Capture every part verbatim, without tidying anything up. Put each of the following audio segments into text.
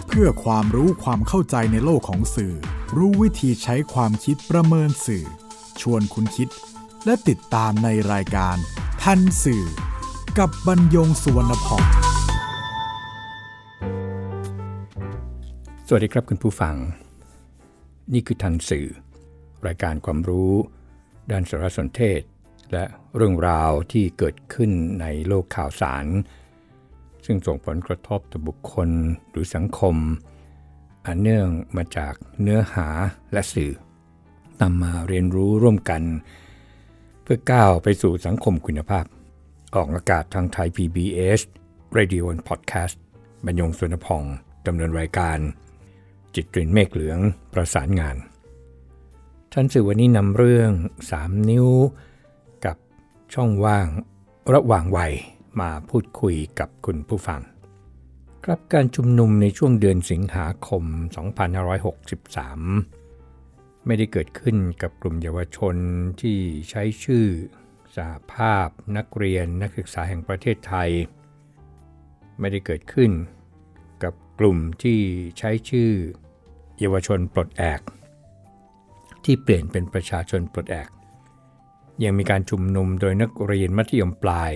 เพื่อความรู้ความเข้าใจในโลกของสื่อรู้วิธีใช้ความคิดประเมินสื่อชวนคุณคิดและติดตามในรายการทันสื่อกับบรรยงสุวรรณพรสวัสดีครับคุณผู้ฟังนี่คือทันสื่อรายการความรู้ด้านสารสนเทศและเรื่องราวที่เกิดขึ้นในโลกข่าวสารซึ่งส่งผลกระทบต่อบุคคลหรือสังคมอันเนื่องมาจากเนื้อหาและสื่อนำมาเรียนรู้ร่วมกันเพื่อก้าวไปสู่สังคมคุณภาพออกอากาศทางไทย พี บี เอส Radio and Podcast บรรยงสุวรรณพงษ์ดำเนินรายการจิตกลิ่นเมฆเหลืองประสานงานท่านสื่อวันนี้นำเรื่องสามนิ้วกับช่องว่างระหว่างวัยมาพูดคุยกับคุณผู้ฟังครับการชุมนุมในช่วงเดือนสิงหาคมสองพันห้าร้อยหกสิบสามไม่ได้เกิดขึ้นกับกลุ่มเยาวชนที่ใช้ชื่อสหภาพนักเรียนนักศึกษาแห่งประเทศไทยไม่ได้เกิดขึ้นกับกลุ่มที่ใช้ชื่อเยาวชนปลดแอกที่เปลี่ยนเป็นประชาชนปลดแอกยังมีการชุมนุมโดยนักเรียนมัธยมปลาย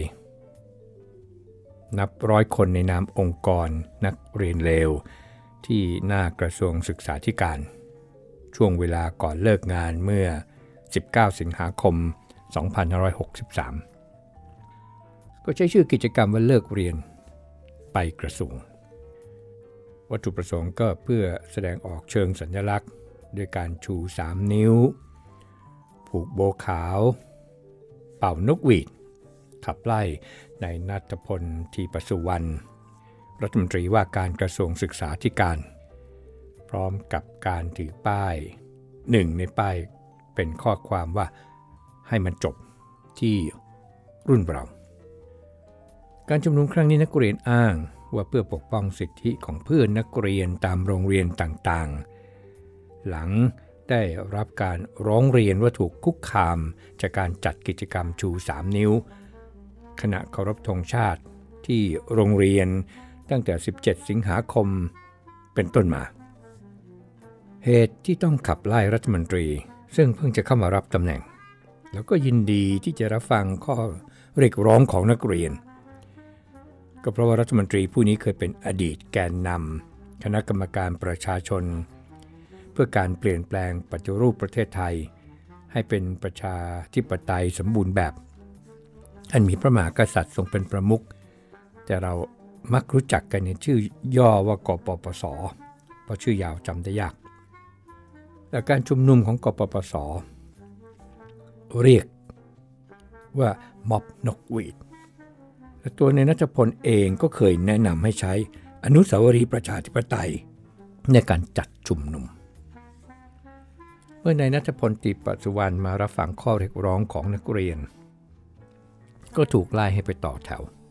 นับร้อยคนในนามองค์กรนักเรียนเลวที่หน้ากระทรวงศึกษาธิการช่วงเวลาก่อนเลิกงานเมื่อสิบเก้าสิงหาคมสองพันห้าร้อยหกสิบสามก็ใช้ชื่อกิจกรรมว่าเลิกเรียนไปกระทรวงวัตถุประสงค์ก็เพื่อแสดงออกเชิงสัญลักษณ์ด้วยการชูสามนิ้วผูกโบขาวเป่านกหวีดขับไล่นายณัฐพล ทีปสุวรรณรัฐมนตรีว่าการกระทรวงศึกษาธิการพร้อมกับการถือป้ายหนึ่งในป้ายเป็นข้อความว่าให้มันจบที่รุ่นเราการชุมนุมครั้งนี้นักเรียนอ้างว่าเพื่อปกป้องสิทธิของเพื่อนนักเรียนตามโรงเรียนต่างๆหลังได้รับการร้องเรียนว่าถูกคุกคามจากการจัดกิจกรรมชูสามนิ้วขณะเคารพธงชาติที่โรงเรียนตั้งแต่สิบเจ็ดสิงหาคมเป็นต้นมาเหตุที่ต้องขับไล่รัฐมนตรีซึ่งเพิ่งจะเข้ามารับตำแหน่งแล้วก็ยินดีที่จะรับฟังข้อเรียกร้องของนักเรียนก็เพราะว่ารัฐมนตรีผู้นี้เคยเป็นอดีตแกนนำคณะกรรมการประชาชนเพื่อการเปลี่ยนแปลงปฏิรูปประเทศไทยให้เป็นประชาธิปไตยสมบูรณ์แบบอันมีพระมหากษัตริย์ทรงเป็นประมุขแต่เรามักรู้จักกันในชื่อย่อว่ากปปส.เพราะชื่อยาวจำได้ยากแต่การชุมนุมของกปปส.เรียกว่าม็อบนกหวีดและตัวในณัฐพลเองก็เคยแนะนำให้ใช้อนุสาวรีย์ประชาธิปไตยในการจัดชุมนุมเมื่อนายณัฐพล ทีปสุวรรณมารับฟังข้อเรียกร้องของนักเรียนก็ถูกไล่ให้ไปต่อแถ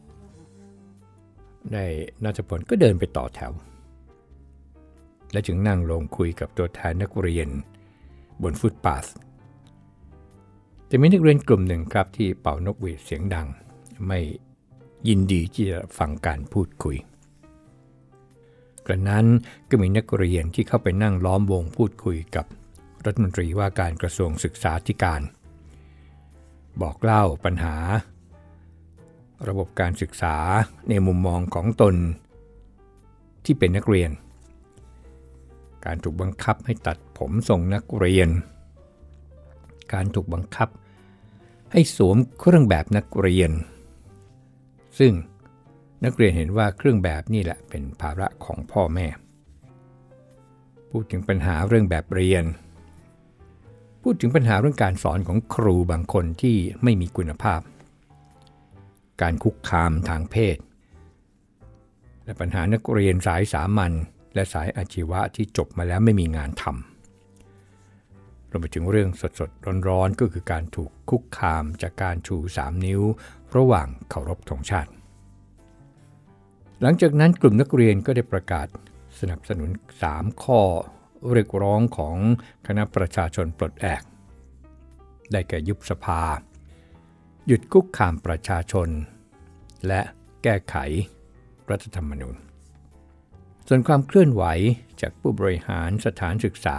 วนายณัฐพลก็เดินไปต่อแถวและจึงนั่งลงคุยกับตัวแทนนักเรียนบนฟุตบาทแต่มีนักเรียนกลุ่มหนึ่งครับที่เป่านกหวีดเสียงดังไม่ยินดีที่จะฟังการพูดคุยกระนั้นก็มีนักเรียนที่เข้าไปนั่งล้อมวงพูดคุยกับรัฐมนตรีว่าการกระทรวงศึกษาธิการบอกเล่าปัญหาระบบการศึกษาในมุมมองของตนที่เป็นนักเรียนการถูกบังคับให้ตัดผมทรงนักเรียนการถูกบังคับให้สวมเครื่องแบบนักเรียนซึ่งนักเรียนเห็นว่าเครื่องแบบนี่แหละเป็นภาระของพ่อแม่พูดถึงปัญหาเรื่องแบบเรียนพูดถึงปัญหาเรื่องการสอนของครูบางคนที่ไม่มีคุณภาพการคุกคามทางเพศและปัญหานักเรียนสายสามัญและสายอาชีวะที่จบมาแล้วไม่มีงานทำรวมไปถึงเรื่องสดๆร้อนๆก็คือการถูกคุกคามจากการชูสามนิ้วระหว่างเคารพธงชาติหลังจากนั้นกลุ่มนักเรียนก็ได้ประกาศสนับสนุนสามข้อเรียกร้องของคณะประชาชนปลดแอกได้แก่ยุบสภาหยุดคุกคามประชาชนและแก้ไขรัฐธรรมนูญส่วนความเคลื่อนไหวจากผู้บริหารสถานศึกษา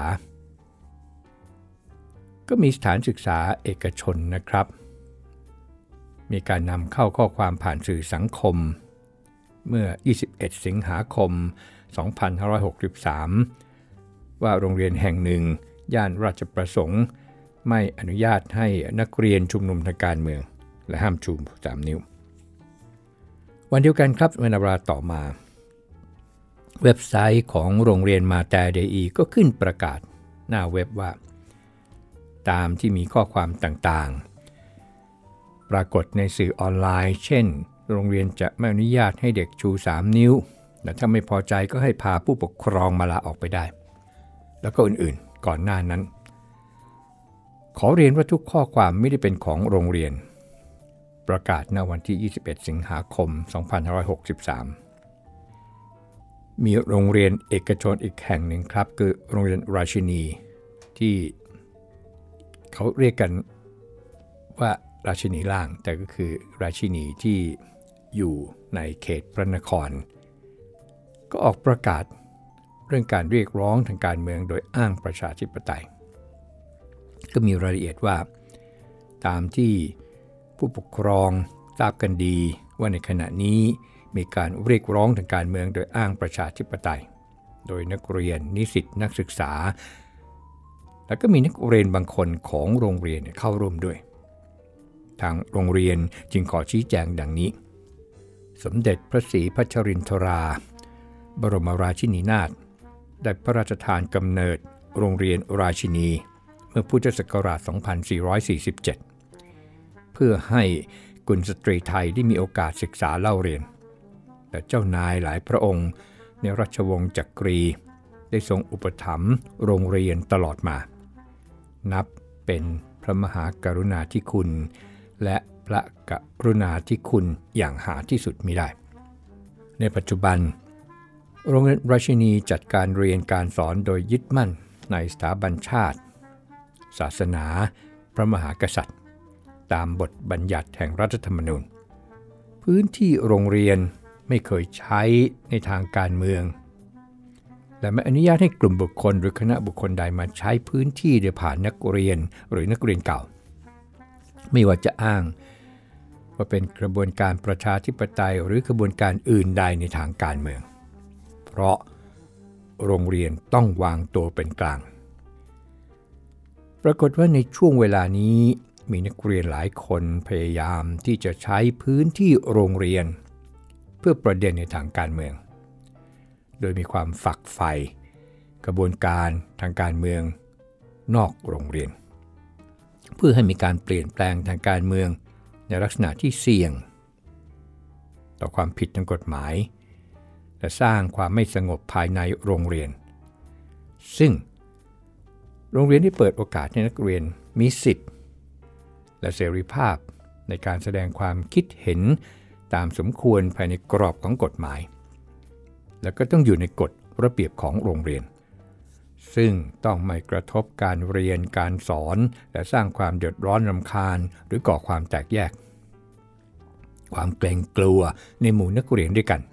ก็มีสถานศึกษาเอกชนนะครับมีการนำเข้าข้อความผ่านสื่อสังคมเมื่อยี่สิบเอ็ดสิงหาคมสองพันห้าร้อยหกสิบสามว่าโรงเรียนแห่งหนึ่งย่านราชประสงค์ไม่อนุญาตให้นักเรียนชุมนุมทางการเมืองและห้ามชูสามนิ้ววันเดียวกันครับเวลาต่อมาเว็บไซต์ของโรงเรียนมาแต่เดอีก็ขึ้นประกาศหน้าเว็บว่าตามที่มีข้อความต่างๆปรากฏในสื่อออนไลน์เช่นโรงเรียนจะไม่อนุญาตให้เด็กชูสามนิ้วแต่ถ้าไม่พอใจก็ให้พาผู้ปกครองมาลาออกไปได้แล้วก็อื่นๆก่อนหน้านั้นขอเรียนว่าทุกข้อความไม่ได้เป็นของโรงเรียนประกาศณวันที่ยี่สิบเอ็ดสิงหาคมสองพันห้าร้อยหกสิบสามมีโรงเรียนเอกชนอีกแห่งหนึ่งครับคือโรงเรียนราชินีที่เขาเรียกกันว่าราชินีล่างแต่ก็คือราชินีที่อยู่ในเขตพระนครก็ออกประกาศเรื่องการเรียกร้องทางการเมืองโดยอ้างประชาธิปไตยก็มีรายละเอียดว่าตามที่ผู้ปกครองทราบกันดีว่าในขณะนี้มีการเรียกร้องทางการเมืองโดยอ้างประชาธิปไตยโดยนักเรียนนิสิตนักศึกษาแล้วก็มีนักเรียนบางคนของโรงเรียนเข้าร่วมด้วยทางโรงเรียนจึงขอชี้แจงดังนี้สมเด็จพระศรีพัชรินทราบรมราชินีนาถได้พระราชทานกำเนิดโรงเรียนราชินีเมื่อพุทธศักราชสองพันสี่ร้อยสี่สิบเจ็ดเพื่อให้กุลสตรีไทยได้มีโอกาสศึกษาเล่าเรียนแต่เจ้านายหลายพระองค์ในราชวงศ์จักรีได้ทรงอุปถัมภ์โรงเรียนตลอดมานับเป็นพระมหากรุณาธิคุณและพระกรุณาธิคุณอย่างหาที่สุดมิได้ในปัจจุบันโรงเรียนราชินีจัดการเรียนการสอนโดยยึดมั่นในสถาบันชาติศาสนาพระมหากษัตริย์ตามบทบัญญัติแห่งรัฐธรรมนูญพื้นที่โรงเรียนไม่เคยใช้ในทางการเมืองและไม่อนุญาตให้กลุ่มบุคคลหรือคณะบุคคลใดมาใช้พื้นที่โดยผ่านนักเรียนหรือนักเรียนเก่าไม่ว่าจะอ้างว่าเป็นกระบวนการประชาธิปไตยหรือกระบวนการอื่นใดในทางการเมืองเพราะโรงเรียนต้องวางตัวเป็นกลางปรากฏว่าในช่วงเวลานี้มีนักเรียนหลายคนพยายามที่จะใช้พื้นที่โรงเรียนเพื่อประเด็นในทางการเมืองโดยมีความฝักใฝ่กระบวนการทางการเมืองนอกโรงเรียนเพื่อให้มีการเปลี่ยนแปลงทางการเมืองในลักษณะที่เสี่ยงต่อความผิดทางกฎหมายและสร้างความไม่สงบภายในโรงเรียนซึ่งโรงเรียนที่เปิดโอกาสให้นักเรียนมีสิทธิ์และเสรีภาพในการแสดงความคิดเห็นตามสมควรภายในกรอบของกฎหมายแล้วก็ต้องอยู่ในกฎระเบียบของโรงเรียนซึ่งต้องไม่กระทบการเรียนการสอนและสร้างความเดือดร้อนรำคาญหรือก่อความแตกแยกความเกรงกลัวในหมู่นักเรียนด้วยกัน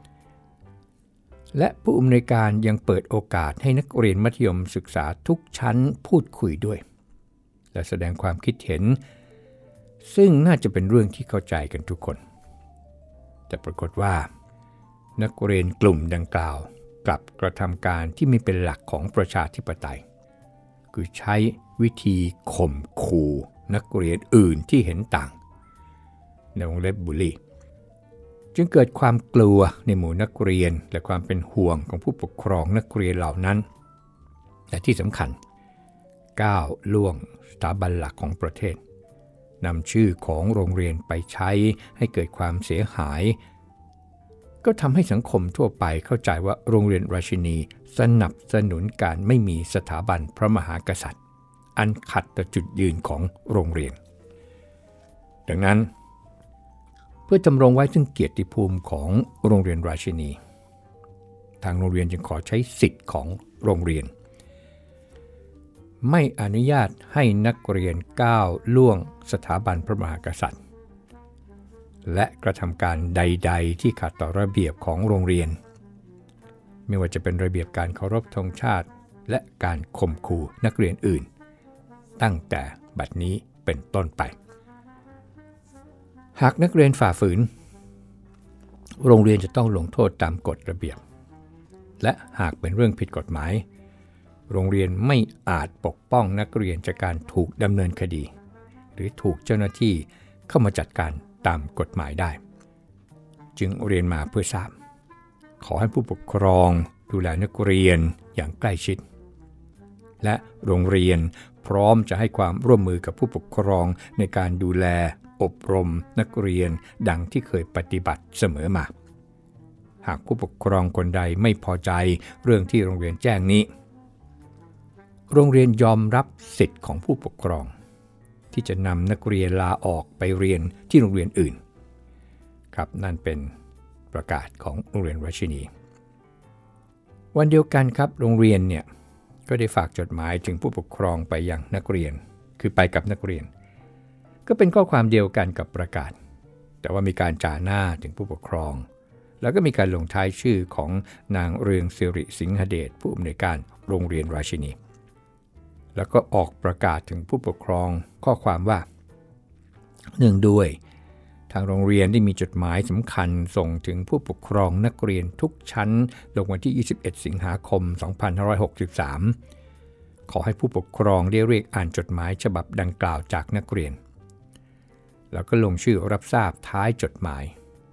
และผู้อำนวยการยังเปิดโอกาสให้นักเรียนมัธยมศึกษาทุกชั้นพูดคุยด้วยและแสดงความคิดเห็นซึ่งน่าจะเป็นเรื่องที่เข้าใจกันทุกคนแต่ปรากฏว่านักเรียนกลุ่มดังกล่าวกลับกระทำการที่ไม่เป็นหลักของประชาธิปไตยคือใช้วิธีข่มขู่นักเรียนอื่นที่เห็นต่างในวงเล็บบูลลี่จึงเกิดความกลัวในหมู่นักเรียนและความเป็นห่วงของผู้ปกครองนักเรียนเหล่านั้นและที่สำคัญก้าวล่วงสถาบันหลักของประเทศนำชื่อของโรงเรียนไปใช้ให้เกิดความเสียหายก็ทำให้สังคมทั่วไปเข้าใจว่าโรงเรียนราชินีสนับสนุนการไม่มีสถาบันพระมหากษัตริย์อันขัดต่อจุดยืนของโรงเรียนดังนั้นเพื่อจำรงไว้ซึ่งเกียรติภูมิของโรงเรียนราชินีทางโรงเรียนจึงขอใช้สิทธิ์ของโรงเรียนไม่อนุญาตให้นักเรียนก้าวล่วงสถาบันพระมหากษัตริย์และกระทำการใดๆที่ขัดต่อระเบียบของโรงเรียนไม่ว่าจะเป็นระเบียบการเคารพธงชาติและการข่มขู่นักเรียนอื่นตั้งแต่บัดนี้เป็นต้นไปหากนักเรียนฝ่าฝืนโรงเรียนจะต้องลงโทษตามกฎระเบียบและหากเป็นเรื่องผิดกฎหมายโรงเรียนไม่อาจปกป้องนักเรียนจากการถูกดำเนินคดีหรือถูกเจ้าหน้าที่เข้ามาจัดการตามกฎหมายได้จึงเรียนมาเพื่อทราบขอให้ผู้ปกครองดูแลนักเรียนอย่างใกล้ชิดและโรงเรียนพร้อมจะให้ความร่วมมือกับผู้ปกครองในการดูแลอบรมนักเรียนดังที่เคยปฏิบัติเสมอมาหากผู้ปกครองคนใดไม่พอใจเรื่องที่โรงเรียนแจ้งนี้โรงเรียนยอมรับสิทธิ์ของผู้ปกครองที่จะนำนักเรียนลาออกไปเรียนที่โรงเรียนอื่นครับนั่นเป็นประกาศของโรงเรียนราชินีวันเดียวกันครับโรงเรียนเนี่ยก็ได้ฝากจดหมายถึงผู้ปกครองไปยังนักเรียนคือไปกับนักเรียนก็เป็นข้อความเดียวกันกับประกาศแต่ว่ามีการจ่าหน้าถึงผู้ปกครองแล้วก็มีการลงท้ายชื่อของนางเรืองสิริสิงหเดชผู้อำนวยการโรงเรียนราชินีแล้วก็ออกประกาศถึงผู้ปกครองข้อความว่าเนื่องด้วยทางโรงเรียนได้มีจดหมายสำคัญส่งถึงผู้ปกครองนักเรียนทุกชั้นลงวันที่ยี่สิบเอ็ดสิงหาคมสองพันห้าร้อยหกสิบสามขอให้ผู้ปกครองได้เรียกอ่านจดหมายฉบับดังกล่าวจากนักเรียนแล้วก็ลงชื่อรับทราบท้ายจดหมาย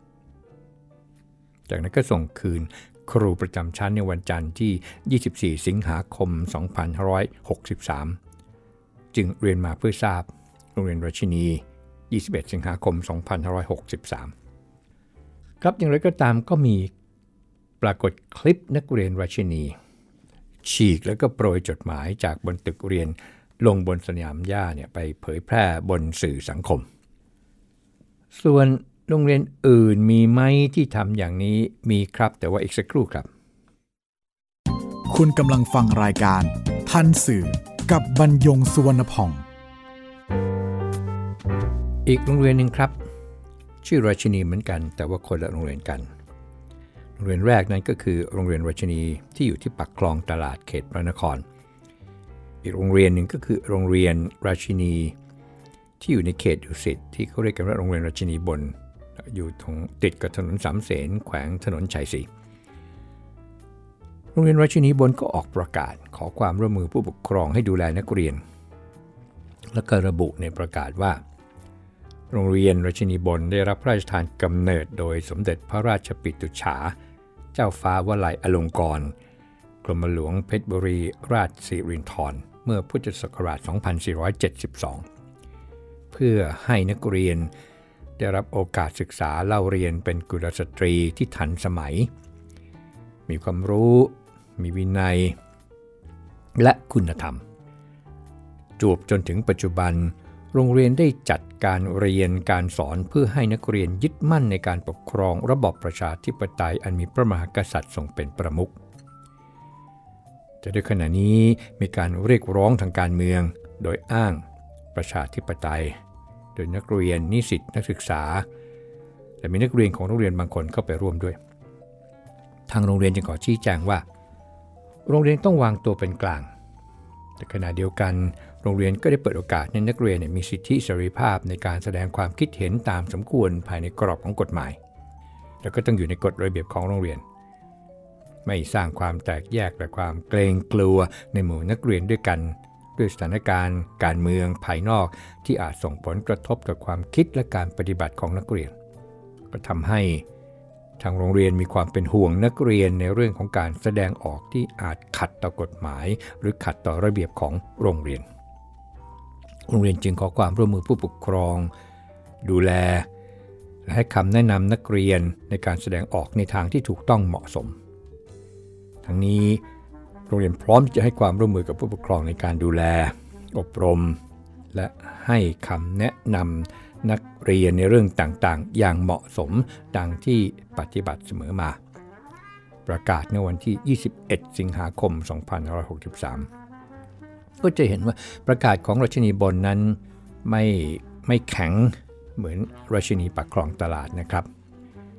จากนั้นก็ส่งคืนครูประจำชั้นในวันจันทร์ที่ยี่สิบสี่สิงหาคมสองพันห้าร้อยหกสิบสามจึงเรียนมาเพื่อทราบโรงเรียนราชินียี่สิบเอ็ดสิงหาคมสองพันห้าร้อยหกสิบสามครับอย่างไรก็ตามก็มีปรากฏคลิปนักเรียนราชินีฉีกแล้วก็โปรยจดหมายจากบนตึกเรียนลงบนสนามหญ้าเนี่ยไปเผยแพร่บนสื่อสังคมส่วนโรงเรียนอื่นมีไหมที่ทำอย่างนี้มีครับแต่ว่าอีกสักครู่ครับคุณกำลังฟังรายการทันสื่อกับบรรยงสุวรรณพองอีกโรงเรียนหนึ่งครับชื่อราชินีเหมือนกันแต่ว่าคนละโรงเรียนกันโรงเรียนแรกนั้นก็คือโรงเรียนราชินีที่อยู่ที่ปากคลองตลาดเขตพระนครอีกโรงเรียนหนึ่งก็คือโรงเรียนราชินีที่อยู่ในเขตดุสิตที่เขาเรียกกันว่าโรงเรียนราชินีบนอยู่ตรงติดกับถนนสามเสนแขวงถนนชัยศรีโรงเรียนราชินีบนก็ออกประกาศขอความร่วมมือผู้ปกครองให้ดูแลนักเรียนและก็ระบุในประกาศว่าโรงเรียนราชินีบนได้รับพระราชทานกำเนิดโดยสมเด็จพระราชปิตุฉาเจ้าฟ้าวลัยอลงกรณ์กรมหลวงเพชรบุรีราชสิรินธรเมื่อพุทธศักราชสองพันสี่ร้อยเจ็ดสิบสองเพื่อให้นักเรียนได้รับโอกาสศึกษาเล่าเรียนเป็นกุลสตรีที่ทันสมัยมีความรู้มีวินัยและคุณธรรมจวบจนถึงปัจจุบันโรงเรียนได้จัดการเรียนการสอนเพื่อให้นักเรียนยึดมั่นในการปกครองระบอบประชาธิปไตยอันมีพระมหากษัตริย์ทรงเป็นประมุขแต่ในขณะนี้มีการเรียกร้องทางการเมืองโดยอ้างประชาธิปไตยโดยนักเรียนนิสิตนักศึกษาและมีนักเรียนของโรงเรียนบางคนเข้าไปร่วมด้วยทางโรงเรียนจึงขอชี้แจงว่าโรงเรียนต้องวางตัวเป็นกลางแต่ขณะเดียวกันโรงเรียนก็ได้เปิดโอกาสให้นักเรียนมีสิทธิเสรีภาพในการแสดงความคิดเห็นตามสมควรภายในกรอบของกฎหมายแล้วก็ต้องอยู่ในกฎระเบียบของโรงเรียนไม่สร้างความแตกแยกและความเกรงกลัวในหมู่นักเรียนด้วยกันด้วยสถานการณ์การเมืองภายนอกที่อาจส่งผลกระทบต่อความคิดและการปฏิบัติของนักเรียนก็ทำให้ทางโรงเรียนมีความเป็นห่วงนักเรียนในเรื่องของการแสดงออกที่อาจขัดต่อกฎหมายหรือขัดต่อระเบียบของโรงเรียนโรงเรียนจึงขอความร่วมมือผู้ปกครองดูแลและให้คำแนะนำนักเรียนในการแสดงออกในทางที่ถูกต้องเหมาะสมทั้งนี้โรงเรียนพร้อมจะให้ความร่วมมือกับผู้ปกครองในการดูแลอบรมและให้คำแนะนำนักเรียนในเรื่องต่างๆอย่างเหมาะสมดังที่ปฏิบัติเสมอมาประกาศในวันที่ยี่สิบเอ็ดสิงหาคมสองพันห้าร้อยหกสิบสามก็จะเห็นว่าประกาศของราชินีบนนั้นไม่ไม่แข็งเหมือนราชินีปากคลองตลาดนะครับ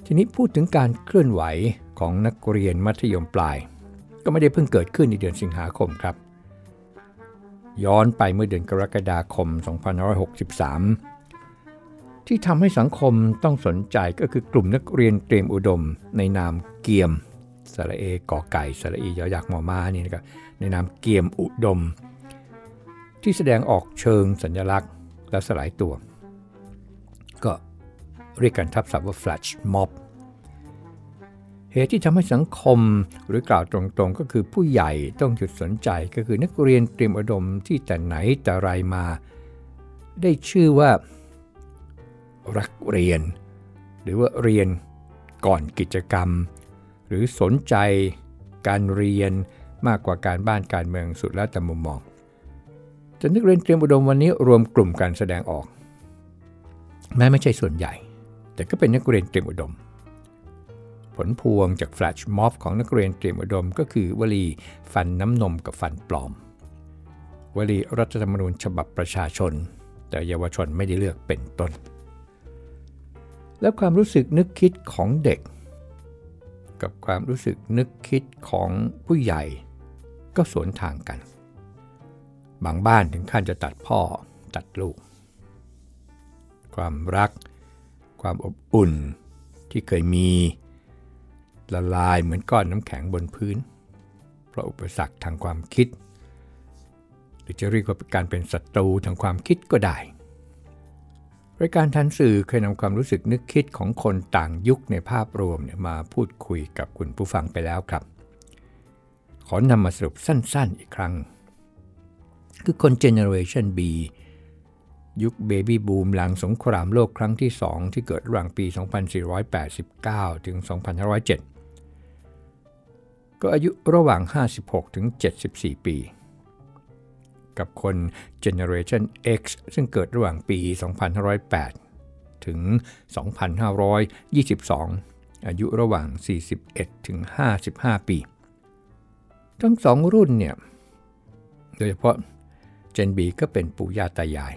ทีนี้พูดถึงการเคลื่อนไหวของนักเรียนมัธยมปลายก็ไม่ได้เพิ่งเกิดขึ้นในเดือนสิงหาคมครับย้อนไปเมื่อเดือนกรกฎาคมสองพันห้าร้อยหกสิบสามที่ทำให้สังคมต้องสนใจก็คือกลุ่มนักเรียนเตรียมอุดมในนามเกียมสระเอกอไก่สระอียอยักษ์มอม้านี่นะครับในนามเกียมอุดมที่แสดงออกเชิงสัญลักษณ์และสลายตัวก็เรียกกันทับศัพท์ว่า flash mob เหตุที่ทำให้สังคมหรือกล่าวตรงๆก็คือผู้ใหญ่ต้องหยุดสนใจก็คือนักเรียนเตรียมอุดมที่แต่ไหนแต่ไรมาได้ชื่อว่ารักเรียนหรือว่าเรียนก่อนกิจกรรมหรือสนใจการเรียนมากกว่าการบ้านการเมืองสุดแล้วแต่มุมมองแต่นักเรียนเตรียมอุดมวันนี้รวมกลุ่มการแสดงออกแม้ไม่ใช่ส่วนใหญ่แต่ก็เป็นนักเรียนเตรียมอุดมผลพวงจากแฟลชม็อบของนักเรียนเตรียมอุดมก็คือวลีฟันน้ำนมกับฟันปลอมวลีรัฐธรรมนูญฉบับประชาชนแต่เยาวชนไม่ได้เลือกเป็นต้นและความรู้สึกนึกคิดของเด็กกับความรู้สึกนึกคิดของผู้ใหญ่ก็สวนทางกันบางบ้านถึงขั้นจะตัดพ่อตัดลูกความรักความอบอุ่นที่เคยมีละลายเหมือนก้อนน้ำแข็งบนพื้นเพราะอุปสรรคทางความคิดหรือจะเรียกว่าการเป็นศัตรูทางความคิดก็ได้รายการทันสื่อเคยนำความรู้สึกนึกคิดของคนต่างยุคในภาพรวมเนี่ยมาพูดคุยกับคุณผู้ฟังไปแล้วครับขอนำมาสรุปสั้นๆอีกครั้งคือคน Generation B ยุค Baby Boom หลังสงครามโลกครั้งที่สองที่เกิดระหว่างปี สองพันสี่ร้อยแปดสิบเก้า ถึง สองพันห้าร้อยเจ็ด ก็อายุระหว่าง ห้าสิบหก ถึง เจ็ดสิบสี่ ปีกับคน Generation X ซึ่งเกิดระหว่างปี สองพันห้าร้อยแปด ถึง สองพันห้าร้อยยี่สิบสอง อายุระหว่าง สี่สิบเอ็ด ถึง ห้าสิบห้า ปีทั้งสองรุ่นเนี่ยโดยเฉพาะ Gen B ก็เป็นปู่ย่าตายาย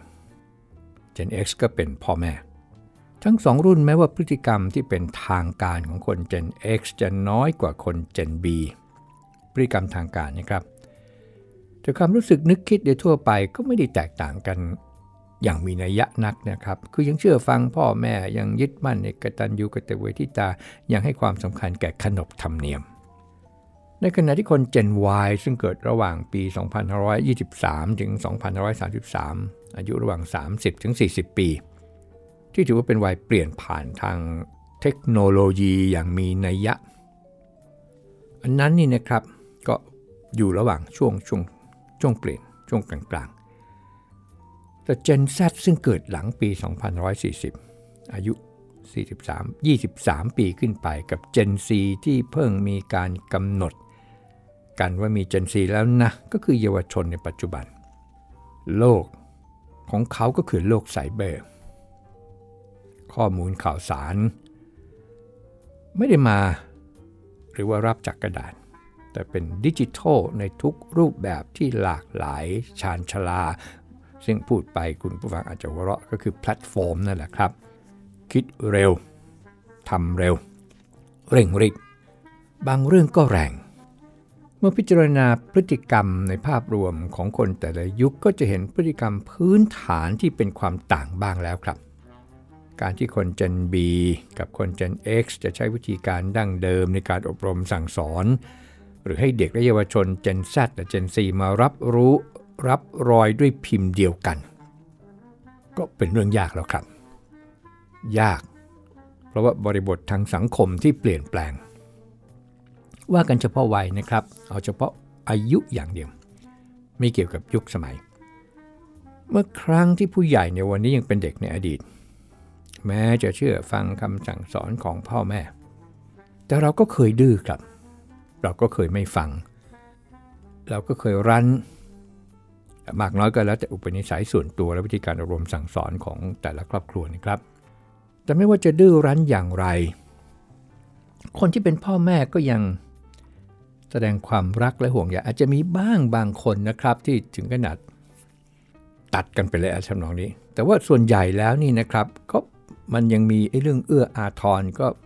Gen X ก็เป็นพ่อแม่ทั้งสองรุ่นแม้ว่าพฤติกรรมที่เป็นทางการของคน Gen X จะน้อยกว่าคน Gen B พฤติกรรมทางการนะครับแต่ความรู้สึกนึกคิดโดยทั่วไปก็ไม่ได้แตกต่างกันอย่างมีนัยยะนักนะครับคือยังเชื่อฟังพ่อแม่ยังยึดมั่นในกตัญญูกตเวทิตายังให้ความสำคัญแก่ขนบธรรมเนียมในขณะที่คน Gen Y ซึ่งเกิดระหว่างปี สองพันห้าร้อยยี่สิบสาม ถึง สองพันห้าร้อยสามสิบสาม อายุระหว่าง สามสิบ ถึง สี่สิบ ปีที่ถือว่าเป็นวัยเปลี่ยนผ่านทางเทคโนโลยีอย่างมีนัยยะอันนั้นนี่นะครับก็อยู่ระหว่างช่วงช่วงช่วงเปลี่ยนช่วงกลางๆแต่ Gen Z ซึ่งเกิดหลังปี สองพันห้าร้อยสี่สิบ อายุสี่สิบสาม ยี่สิบสาม ปีขึ้นไปกับ Gen Z ที่เพิ่งมีการกำหนดกันว่ามี Gen Z แล้วนะก็คือเยาวชนในปัจจุบันโลกของเขาก็คือโลกไซเบอร์ข้อมูลข่าวสารไม่ได้มาหรือว่ารับจากกระดาษแต่เป็นดิจิทัลในทุกรูปแบบที่หลากหลายชาญชลาซึ่งพูดไปคุณผู้ฟังอาจจะหัวเราะก็คือแพลตฟอร์มนั่นแหละครับคิดเร็วทำเร็วเร่งรีบบางเรื่องก็แรงเมื่อพิจารณาพฤติกรรมในภาพรวมของคนแต่ละยุคก็จะเห็นพฤติกรรมพื้นฐานที่เป็นความต่างบ้างแล้วครับการที่คน Gen B กับคน Gen X จะใช้วิธีการดั้งเดิมในการอบรมสั่งสอนหรือให้เด็กและเยาวชน Gen Z และ Gen Z มารับรู้รับรอยด้วยพิมพ์เดียวกันก็เป็นเรื่องยากแล้วครับยากเพราะว่าบริบททางสังคมที่เปลี่ยนแปลงว่ากันเฉพาะวัยนะครับเอาเฉพาะอายุอย่างเดียวไม่เกี่ยวกับยุคสมัยเมื่อครั้งที่ผู้ใหญ่ในวันนี้ยังเป็นเด็กในอดีตแม้จะเชื่อฟังคำสั่งสอนของพ่อแม่แต่เราก็เคยดื้อครับเราก็เคยไม่ฟังเราก็เคยรั้นมากน้อยก็แล้วแต่อุปนิสัยส่วนตัวและวิธีการอบรมสั่งสอนของแต่ละครอบครัวนะครับแต่ไม่ว่าจะดื้อรั้นอย่างไรคนที่เป็นพ่อแม่ก็ยังแสดงความรักและห่วงใยอาจจะมีบ้างบางคนนะครับที่ถึงขนาดตัดกันไปเลยทำนองนี้แต่ว่าส่วนใหญ่แล้วนี่นะครับก็มันยังมีไอ้เรื่องเอื้ออาทรก็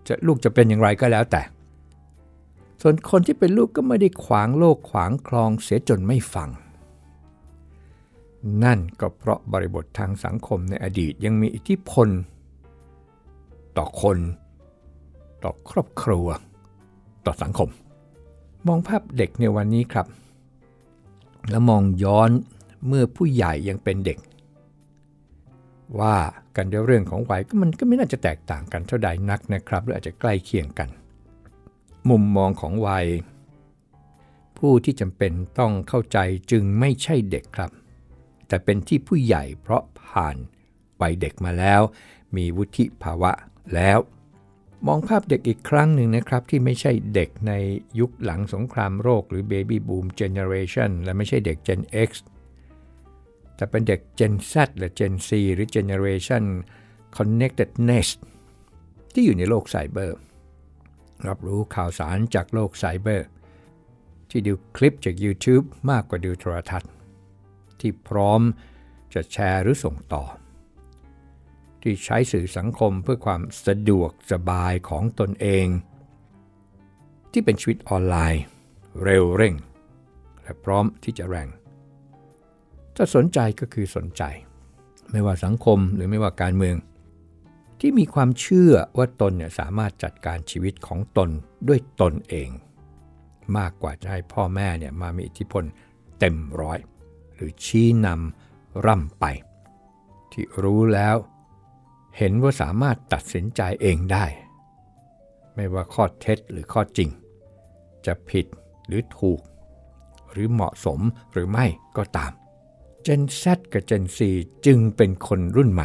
จะลูกจะเป็นอย่างไรก็แล้วแต่ส่วนคนที่เป็นลูกก็ไม่ได้ขวางโลกขวางคลองเสียจนไม่ฟังนั่นก็เพราะบริบททางสังคมในอดีตยังมีอิทธิพลต่อคนต่อครอบครัวต่อสังคมมองภาพเด็กในวันนี้ครับแล้วมองย้อนเมื่อผู้ใหญ่ยังเป็นเด็กว่ากันด้วยเรื่องของวัยก็มันก็ไม่น่าจะแตกต่างกันเท่าใดนักนะครับหรืออาจจะใกล้เคียงกันมุมมองของวัยผู้ที่จำเป็นต้องเข้าใจจึงไม่ใช่เด็กครับแต่เป็นที่ผู้ใหญ่เพราะผ่านวัยเด็กมาแล้วมีวุฒิภาวะแล้วมองภาพเด็กอีกครั้งหนึ่งนะครับที่ไม่ใช่เด็กในยุคหลังสงครามโลกหรือ Baby Boom Generation และไม่ใช่เด็ก Gen X แต่เป็นเด็ก Gen Z หรือ Gen C หรือ Generation Connectedness ที่อยู่ในโลกไซเบอร์รับรู้ข่าวสารจากโลกไซเบอร์ที่ดูคลิปจาก YouTube มากกว่าดูโทรทัศน์ที่พร้อมจะแชร์หรือส่งต่อที่ใช้สื่อสังคมเพื่อความสะดวกสบายของตนเองที่เป็นชีวิตออนไลน์เร็วเร่งและพร้อมที่จะแรงถ้าสนใจก็คือสนใจไม่ว่าสังคมหรือไม่ว่าการเมืองที่มีความเชื่อว่าตนเนี่ยสามารถจัดการชีวิตของตนด้วยตนเองมากกว่าจะให้พ่อแม่เนี่ยมามีอิทธิพลเต็มร้อยหรือชี้นำร่ำไปที่รู้แล้วเห็นว่าสามารถตัดสินใจเองได้ไม่ว่าข้อเท็จหรือข้อจริงจะผิดหรือถูกหรือเหมาะสมหรือไม่ก็ตาม Gen Z กับ Gen C จึงเป็นคนรุ่นใหม่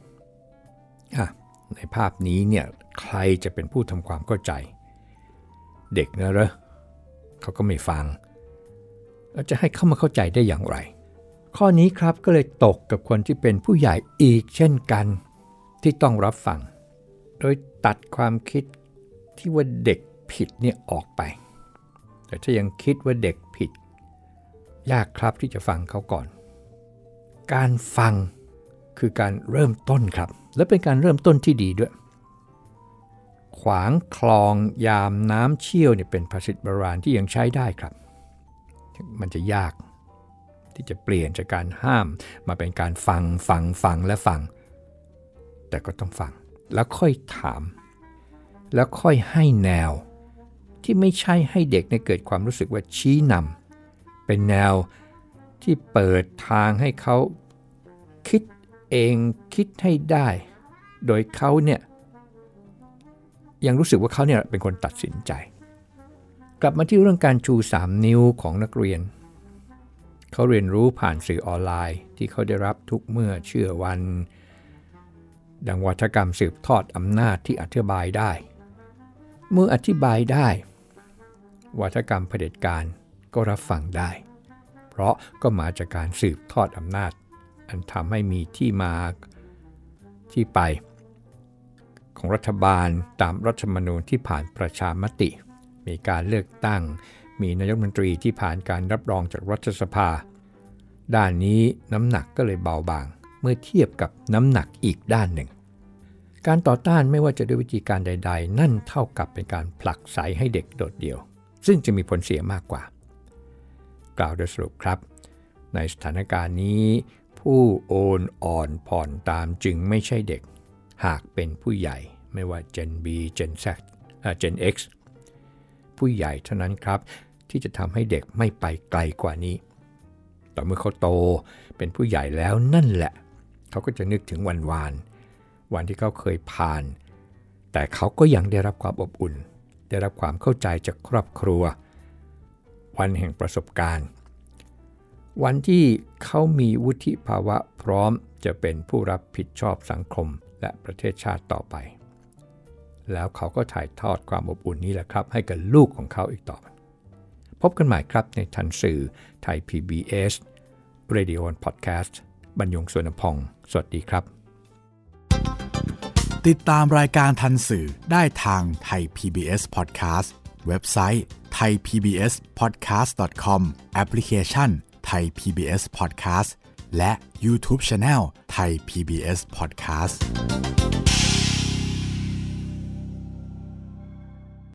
ในภาพนี้เนี่ยใครจะเป็นผู้ทำความเข้าใจเด็กนะเหรอเขาก็ไม่ฟังแล้วจะให้เข้ามาเข้าใจได้อย่างไรข้อนี้ครับก็เลยตกกับคนที่เป็นผู้ใหญ่อีกเช่นกันที่ต้องรับฟังโดยตัดความคิดที่ว่าเด็กผิดเนี่ยออกไปแต่ถ้ายังคิดว่าเด็กผิดยากครับที่จะฟังเขาก่อนการฟังคือการเริ่มต้นครับและเป็นการเริ่มต้นที่ดีด้วยขวางคลองยามน้ำเชี่ยวเนี่ยเป็นภาษิตโบราณที่ยังใช้ได้ครับมันจะยากที่จะเปลี่ยนจากการห้ามมาเป็นการฟังฟังฟังและฟังแต่ก็ต้องฟังแล้วค่อยถามแล้วค่อยให้แนวที่ไม่ใช่ให้เด็กเนี่ยเกิดความรู้สึกว่าชี้นำเป็นแนวที่เปิดทางให้เขาคิดเองคิดให้ได้โดยเขาเนี่ยยังรู้สึกว่าเขาเนี่ยเป็นคนตัดสินใจกลับมาที่เรื่องการชูสามนิ้วของนักเรียนเขาเรียนรู้ผ่านสื่อออนไลน์ที่เขาได้รับทุกเมื่อเชื่อวันดังวัฒกรรมสืบทอดอำนาจที่อธิบายได้เมื่ออธิบายได้วัฒกรรมเผด็จการก็รับฟังได้เพราะก็มาจากการสืบทอดอำนาจอันทำให้มีที่มาที่ไปของรัฐบาลตามรัฐธรรมนูญที่ผ่านประชามติมีการเลือกตั้งมีนายกรัฐมนตรีที่ผ่านการรับรองจากรัฐสภาด้านนี้น้ำหนักก็เลยเบาบางเมื่อเทียบกับน้ำหนักอีกด้านหนึ่งการต่อต้านไม่ว่าจะด้วยวิธีการใดๆนั่นเท่ากับเป็นการผลักไสให้เด็กโดดเดี่ยวซึ่งจะมีผลเสียมากกว่ากล่าวโดยสรุปครับในสถานการณ์นี้ผู้โอนอ่อนผ่อนตามจึงไม่ใช่เด็กหากเป็นผู้ใหญ่ไม่ว่า Gen B Gen Z เอ่อ Gen X ผู้ใหญ่เท่านั้นครับที่จะทำให้เด็กไม่ไปไกลกว่านี้ต่อเมื่อเขาโตเป็นผู้ใหญ่แล้วนั่นแหละเขาก็จะนึกถึงวันวานวันที่เขาเคยผ่านแต่เขาก็ยังได้รับความอบอุ่นได้รับความเข้าใจจากครอบครัววันแห่งประสบการณ์วันที่เขามีวุฒิภาวะพร้อมจะเป็นผู้รับผิดชอบสังคมและประเทศชาติต่อไปแล้วเขาก็ถ่ายทอดความอบอุ่นนี้แหละครับให้กับลูกของเขาอีกต่อไปพบกันใหม่ครับในทันสื่อไทย พี บี เอส Radio and Podcast บรรยงสวนพองสวัสดีครับติดตามรายการทันสื่อได้ทางไทย พี บี เอส Podcast เว็บไซต์ ไทย พี บี เอส พอดแคสต์ ดอท คอม แอปพลิเคชัน Thai พี บี เอส Podcast และ YouTube Channel Thai พี บี เอส Podcast